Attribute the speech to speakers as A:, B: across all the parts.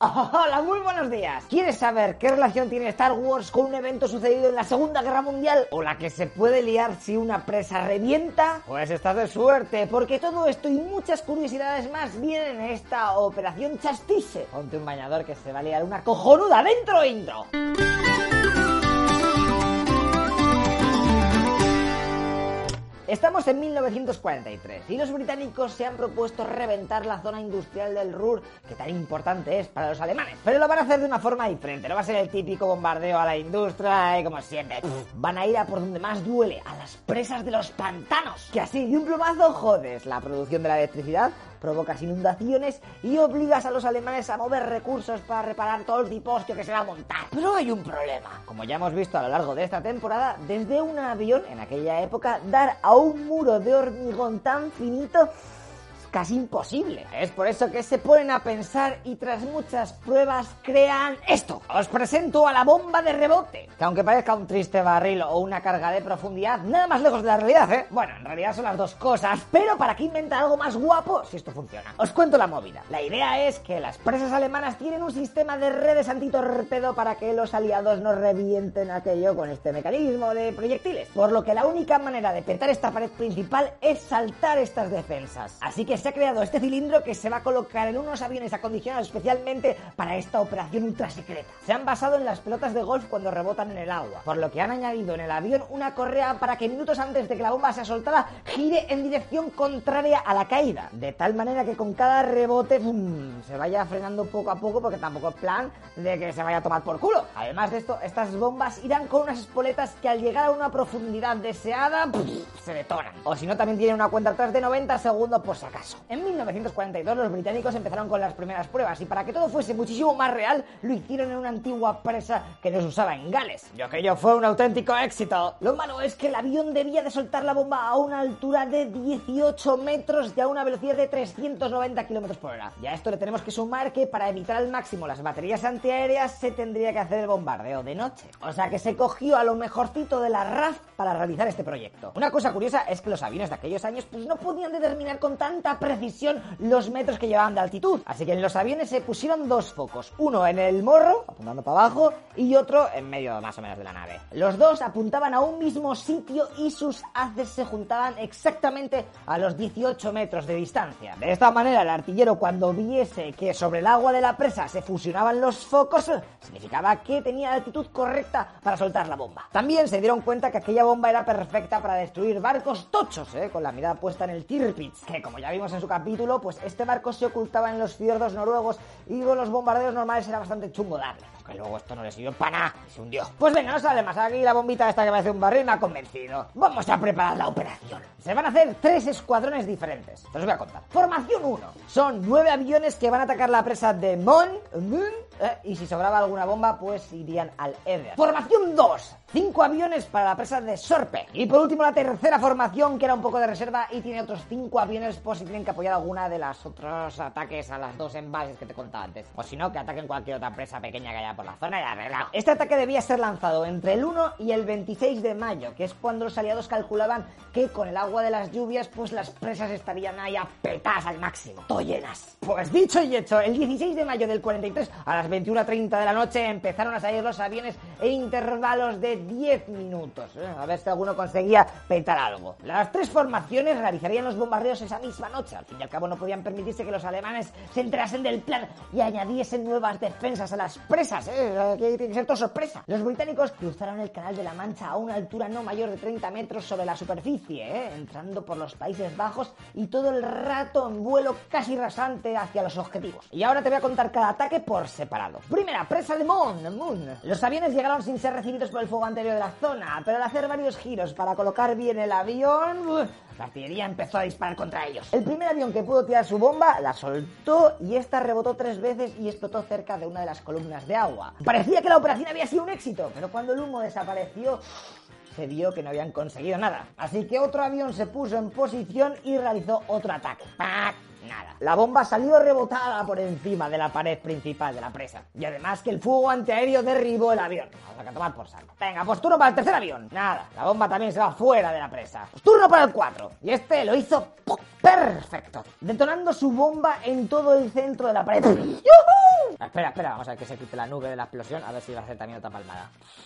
A: Hola, muy buenos días. ¿Quieres saber qué relación tiene Star Wars con un evento sucedido en la Segunda Guerra Mundial? ¿O la que se puede liar si una presa revienta? Pues estás de suerte, porque todo esto y muchas curiosidades más vienen en esta Operación Chastise. Ponte un bañador que se va a liar una cojonuda dentro intro. Estamos en 1943 y los británicos se han propuesto reventar la zona industrial del Ruhr, que tan importante es para los alemanes. Pero lo van a hacer de una forma diferente, no va a ser el típico bombardeo a la industria y como siempre. Van a ir a por donde más duele, a las presas de los pantanos, que así de un plumazo jodes la producción de la electricidad, provocas inundaciones y obligas a los alemanes a mover recursos para reparar todo el tipostio que se va a montar. Pero hay un problema. Como ya hemos visto a lo largo de esta temporada, desde un avión, en aquella época, dar a un muro de hormigón tan finito es casi imposible. Es por eso que se ponen a pensar y tras muchas pruebas crean esto. Os presento a la bomba de rebote, que aunque parezca un triste barril o una carga de profundidad, nada más lejos de la realidad, ¿eh? Bueno, en realidad son las dos cosas, pero ¿para qué inventar algo más guapo si esto funciona? Os cuento la movida. La idea es que las presas alemanas tienen un sistema de redes antitorpedo para que los aliados no revienten aquello con este mecanismo de proyectiles, por lo que la única manera de petar esta pared principal es saltar estas defensas. Así que se ha creado este cilindro que se va a colocar en unos aviones acondicionados especialmente para esta operación ultra secreta. Se han basado en las pelotas de golf cuando rebotan en el agua, por lo que han añadido en el avión una correa para que minutos antes de que la bomba sea soltada gire en dirección contraria a la caída, de tal manera que con cada rebote se vaya frenando poco a poco, porque tampoco es plan de que se vaya a tomar por culo. Además de esto, estas bombas irán con unas espoletas que al llegar a una profundidad deseada se detonan, o si no también tienen una cuenta atrás de 90 segundos por si acaso. En 1942 los británicos empezaron con las primeras pruebas y para que todo fuese muchísimo más real lo hicieron en una antigua presa que no se usaba en Gales. Y aquello fue un auténtico éxito. Lo malo es que el avión debía de soltar la bomba a una altura de 18 metros y a una velocidad de 390 km por hora. Y a esto le tenemos que sumar que para evitar al máximo las baterías antiaéreas se tendría que hacer el bombardeo de noche. O sea que se cogió a lo mejorcito de la RAF para realizar este proyecto. Una cosa curiosa es que los aviones de aquellos años pues no podían determinar con tanta precisión los metros que llevaban de altitud. Así que en los aviones se pusieron dos focos, uno en el morro, apuntando para abajo, y otro en medio más o menos de la nave. Los dos apuntaban a un mismo sitio y sus haces se juntaban exactamente a los 18 metros de distancia. De esta manera el artillero, cuando viese que sobre el agua de la presa se fusionaban los focos, significaba que tenía la altitud correcta para soltar la bomba. También se dieron cuenta que aquella bomba era perfecta para destruir barcos tochos, con la mirada puesta en el Tirpitz, que como ya vimos en su capítulo, pues este barco se ocultaba en los fiordos noruegos y con los bombardeos normales era bastante chungo darle, porque luego esto no le sirvió para nada y se hundió. Pues venga, no sale más, aquí la bombita esta que parece un barril me ha convencido. Vamos a preparar la operación. Se van a hacer 3 escuadrones diferentes, os voy a contar. Formación 1, son 9 aviones que van a atacar la presa de Moon, y si sobraba alguna bomba pues irían al Eder. Formación 2, 5 aviones para la presa de Sorpe. Y por último la tercera formación, que era un poco de reserva y tiene otros 5 aviones por si tienen que apoyar alguna de las otros ataques a las 2 envases que te contaba antes. O si no, que ataquen cualquier otra presa pequeña que haya por la zona y arreglado. Este ataque debía ser lanzado entre el 1 y el 26 de mayo, que es cuando los aliados calculaban que con el agua de las lluvias pues las presas estarían ahí apetadas al máximo, todo llenas. Pues dicho y hecho, el 16 de mayo del 43 a las 21:30 de la noche empezaron a salir los aviones en intervalos de 10 minutos, a ver si alguno conseguía petar algo. Las 3 formaciones realizarían los bombardeos esa misma noche. Al fin y al cabo no podían permitirse que los alemanes se enterasen del plan y añadiesen nuevas defensas a las presas, que tiene que ser todo sorpresa. Los británicos cruzaron el Canal de la Mancha a una altura no mayor de 30 metros sobre la superficie, entrando por los Países Bajos y todo el rato en vuelo casi rasante hacia los objetivos. Y ahora te voy a contar cada ataque por separado. Primera, presa de Moon. Los aviones llegaron sin ser recibidos por el fuego anterior de la zona, pero al hacer varios giros para colocar bien el avión, la artillería empezó a disparar contra ellos. El primer avión que pudo tirar su bomba la soltó y esta rebotó 3 veces y explotó cerca de una de las columnas de agua. Parecía que la operación había sido un éxito, pero cuando el humo desapareció se vio que no habían conseguido nada. Así que otro avión se puso en posición y realizó otro ataque. ¡Pac! Nada. la bomba salió rebotada por encima de la pared principal de la presa. Y además que el fuego antiaéreo derribó el avión. Vamos a tomar por saco. Venga, pues turno para el tercer avión. Nada, la bomba también se va fuera de la presa. Pues turno para el 4. Y este lo hizo perfecto, detonando su bomba en todo el centro de la pared. ¡Yujú! Espera, vamos a ver que se quite la nube de la explosión, a ver si va a hacer también otra palmada.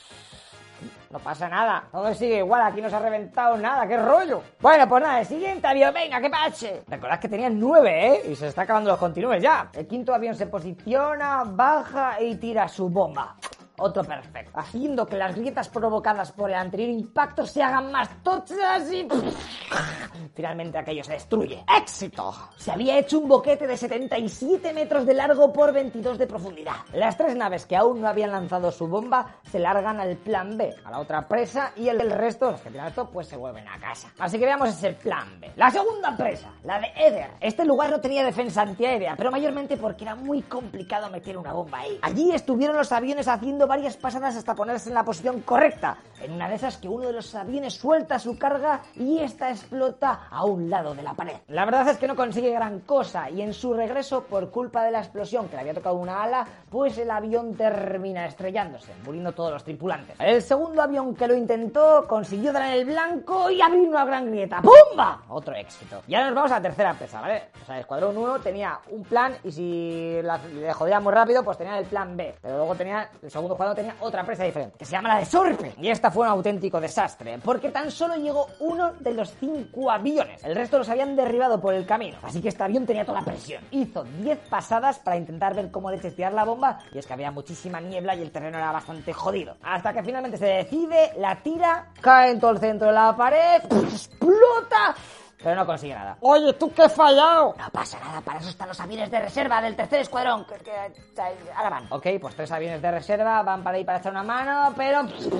A: No pasa nada, todo sigue igual, aquí no se ha reventado nada, qué rollo. Bueno, pues nada, el siguiente avión, venga, que pase. Recordad que tenían 9, y se está acabando los continúes ya. El quinto avión se posiciona, baja y tira su bomba. Otro perfecto, haciendo que las grietas provocadas por el anterior impacto se hagan más tochas y... Finalmente aquello se destruye. ¡Éxito! Se había hecho un boquete de 77 metros de largo por 22 de profundidad. Las 3 naves que aún no habían lanzado su bomba se largan al plan B, a la otra presa, y el resto, los que tiran esto, pues se vuelven a casa. Así que veamos ese plan B. La segunda presa, la de Eder. Este lugar no tenía defensa antiaérea, pero mayormente porque era muy complicado meter una bomba ahí. Allí estuvieron los aviones haciendo varias pasadas hasta ponerse en la posición correcta. En una de esas que uno de los aviones suelta su carga y esta explota a un lado de la pared. La verdad es que no consigue gran cosa y en su regreso, por culpa de la explosión que le había tocado una ala, pues el avión termina estrellándose, muriendo todos los tripulantes. El segundo avión que lo intentó consiguió dar en el blanco y abrir una gran grieta. ¡Pumba! Otro éxito. Y ahora nos vamos a la tercera presa, ¿vale? O sea, el escuadrón 1 tenía un plan y si le jodía muy rápido, pues tenía el plan B. Pero luego el segundo escuadrón tenía otra presa diferente, que se llama la de Sorpe. Y esta fue un auténtico desastre, porque tan solo llegó uno de los 5 aviones. El resto los habían derribado por el camino. Así que este avión tenía toda la presión. Hizo 10 pasadas para intentar ver cómo leches tirar la bomba, y es que había muchísima niebla y el terreno era bastante jodido. Hasta que finalmente se decide, la tira, cae en todo el centro de la pared, explota, pero no consigue nada. Oye, ¿tú qué has fallado? No pasa nada, para eso están los aviones de reserva del tercer escuadrón. Ahora van. Ok, pues 3 aviones de reserva van para ahí para echar una mano, pero...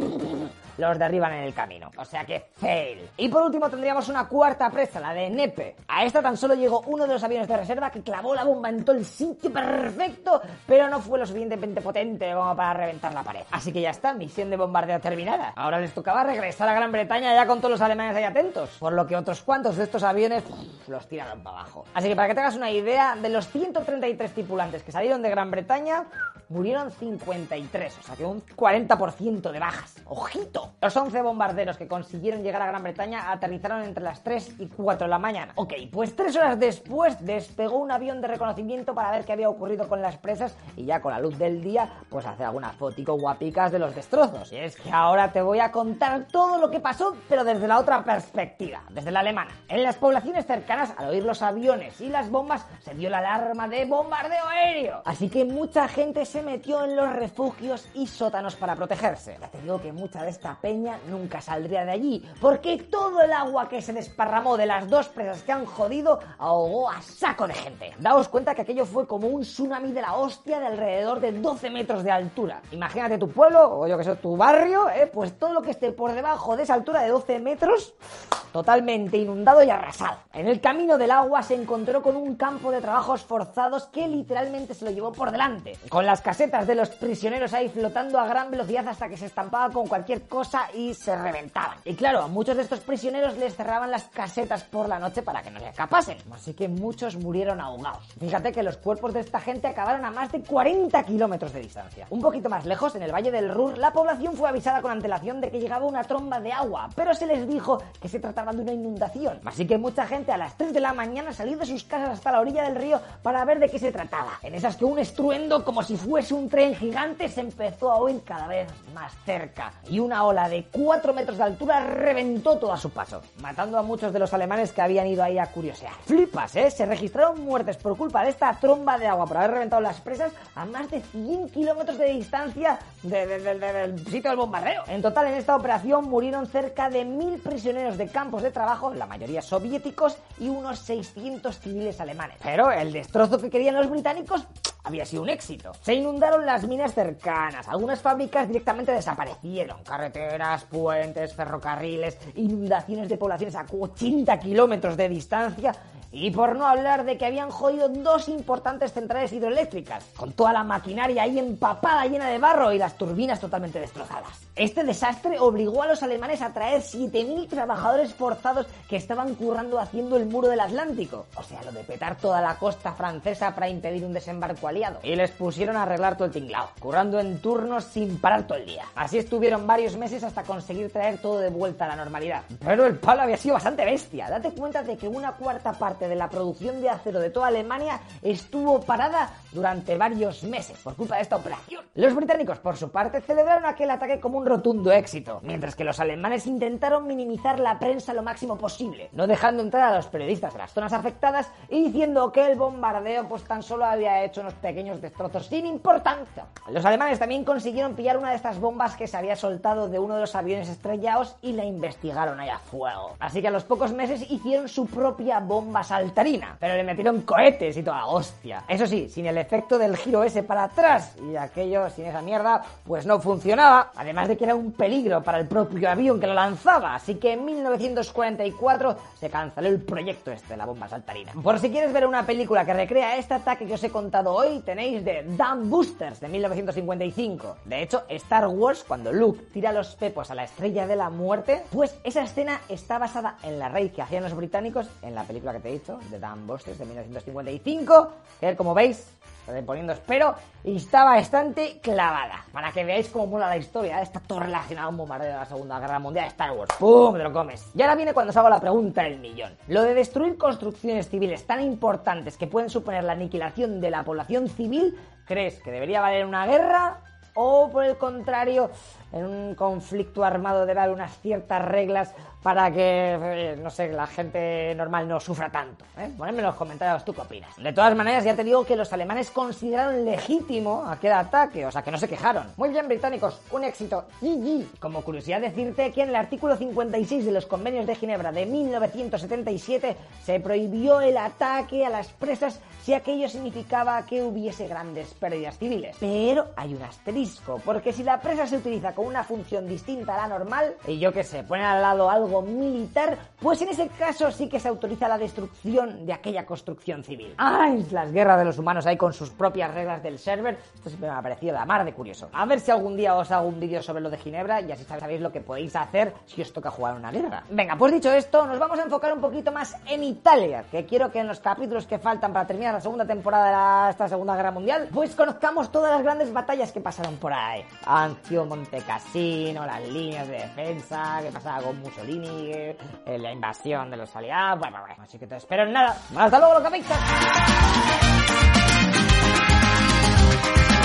A: los derriban en el camino. O sea que fail. Y por último tendríamos una cuarta presa, la de Nepe. A esta tan solo llegó uno de los aviones de reserva que clavó la bomba en todo el sitio perfecto, pero no fue lo suficientemente potente como para reventar la pared. Así que ya está, misión de bombardeo terminada. Ahora les tocaba regresar a Gran Bretaña ya con todos los alemanes ahí atentos, por lo que otros cuantos de estos aviones los tiraron para abajo. Así que para que te hagas una idea, de los 133 tripulantes que salieron de Gran Bretaña, murieron 53, o sea que un 40% de bajas. ¡Ojito! Los 11 bombarderos que consiguieron llegar a Gran Bretaña aterrizaron entre las 3 y 4 de la mañana. Ok, pues 3 horas después despegó un avión de reconocimiento para ver qué había ocurrido con las presas y ya con la luz del día, pues hacer algunas foticos guapicas de los destrozos. Y es que ahora te voy a contar todo lo que pasó, pero desde la otra perspectiva, desde la alemana. En las poblaciones cercanas, al oír los aviones y las bombas, se dio la alarma de bombardeo aéreo. Así que mucha gente se metió en los refugios y sótanos para protegerse. Ya te digo que mucha de esta peña nunca saldría de allí, porque todo el agua que se desparramó de las 2 presas que han jodido ahogó a saco de gente. Daos cuenta que aquello fue como un tsunami de la hostia de alrededor de 12 metros de altura. Imagínate tu pueblo, o yo que sé, tu barrio, pues todo lo que esté por debajo de esa altura de 12 metros, totalmente inundado y arrasado. En el camino del agua se encontró con un campo de trabajos forzados que literalmente se lo llevó por delante, con las casetas de los prisioneros ahí flotando a gran velocidad hasta que se estampaba con cualquier cosa y se reventaban. Y claro, a muchos de estos prisioneros les cerraban las casetas por la noche para que no se escapasen, así que muchos murieron ahogados. Fíjate que los cuerpos de esta gente acabaron a más de 40 kilómetros de distancia. Un poquito más lejos, en el Valle del Ruhr, la población fue avisada con antelación de que llegaba una tromba de agua, pero se les dijo que se trataba de una inundación. Así que mucha gente a las 3 de la mañana salió de sus casas hasta la orilla del río para ver de qué se trataba. En esas que un estruendo como si fuese un tren gigante se empezó a oír cada vez más cerca y una ola de 4 metros de altura reventó todo a su paso, matando a muchos de los alemanes que habían ido ahí a curiosear. Flipas, se registraron muertes por culpa de esta tromba de agua por haber reventado las presas a más de 100 kilómetros de distancia del sitio del bombardeo. En total, en esta operación murieron cerca de 1000 prisioneros de campos de trabajo, la mayoría soviéticos, y unos 600 civiles alemanes. Pero el destrozo que querían los británicos había sido un éxito. Se inundaron las minas cercanas, algunas fábricas directamente desaparecieron, carreteras, puentes, ferrocarriles, inundaciones de poblaciones a 80 kilómetros de distancia. Y por no hablar de que habían jodido 2 importantes centrales hidroeléctricas, con toda la maquinaria ahí empapada, llena de barro y las turbinas totalmente destrozadas. Este desastre obligó a los alemanes a traer 7.000 trabajadores forzados que estaban currando haciendo el muro del Atlántico. O sea, lo de petar toda la costa francesa para impedir un desembarco aliado. Y les pusieron a arreglar todo el tinglao, currando en turnos sin parar todo el día. Así estuvieron varios meses hasta conseguir traer todo de vuelta a la normalidad. Pero el palo había sido bastante bestia. Date cuenta de que una cuarta parte de la producción de acero de toda Alemania estuvo parada durante varios meses por culpa de esta operación. Los británicos, por su parte, celebraron aquel ataque como un rotundo éxito, mientras que los alemanes intentaron minimizar la prensa lo máximo posible, no dejando entrar a los periodistas de las zonas afectadas y diciendo que el bombardeo pues tan solo había hecho unos pequeños destrozos sin importancia. Los alemanes también consiguieron pillar una de estas bombas que se había soltado de uno de los aviones estrellados y la investigaron ahí a fuego. Así que a los pocos meses hicieron su propia bomba saltarina, pero le metieron cohetes y toda la hostia. Eso sí, sin el efecto del giro ese para atrás, y aquello sin esa mierda pues no funcionaba, además de que era un peligro para el propio avión que lo lanzaba, así que en 1944 se canceló el proyecto este de la bomba saltarina. Por si quieres ver una película que recrea este ataque que os he contado hoy, tenéis The Dam Busters de 1955. De hecho, Star Wars, cuando Luke tira los pepos a la Estrella de la Muerte, pues esa escena está basada en la raid que hacían los británicos en la película que te he dicho, The Dam Busters de 1955, que como veis, estoy poniendo espero, y está bastante clavada, para que veáis cómo mola la historia. Está todo relacionado a un bombardeo de la Segunda Guerra Mundial de Star Wars. ¡Pum! Te lo comes. Y ahora viene cuando os hago la pregunta del millón. Lo de destruir construcciones civiles tan importantes que pueden suponer la aniquilación de la población civil, ¿crees que debería valer una guerra? O por el contrario, en un conflicto armado debe haber unas ciertas reglas para que, no sé, la gente normal no sufra tanto, ¿eh? Ponedme en los comentarios tú qué opinas. De todas maneras, ya te digo que los alemanes consideraron legítimo aquel ataque, o sea que no se quejaron. Muy bien, británicos, un éxito. Como curiosidad decirte que en el artículo 56 de los Convenios de Ginebra de 1977 se prohibió el ataque a las presas si aquello significaba que hubiese grandes pérdidas civiles. Pero hay un asterisco, porque si la presa se utiliza con una función distinta a la normal, y yo que sé, ponen al lado algo militar, pues en ese caso sí que se autoriza la destrucción de aquella construcción civil. ¡Ay! Las guerras de los humanos ahí con sus propias reglas del server, esto siempre me ha parecido la mar de curioso. A ver si algún día os hago un vídeo sobre lo de Ginebra y así sabéis lo que podéis hacer si os toca jugar una guerra. Venga, pues dicho esto, nos vamos a enfocar un poquito más en Italia, que quiero que en los capítulos que faltan para terminar la segunda temporada de esta Segunda Guerra Mundial, pues conozcamos todas las grandes batallas que pasaron por ahí. Anzio, Monte Cassino, las líneas de defensa, que pasaba con Mussolini, la invasión de los aliados, bueno. Así que te espero en nada. ¡Hasta luego, los capítulos!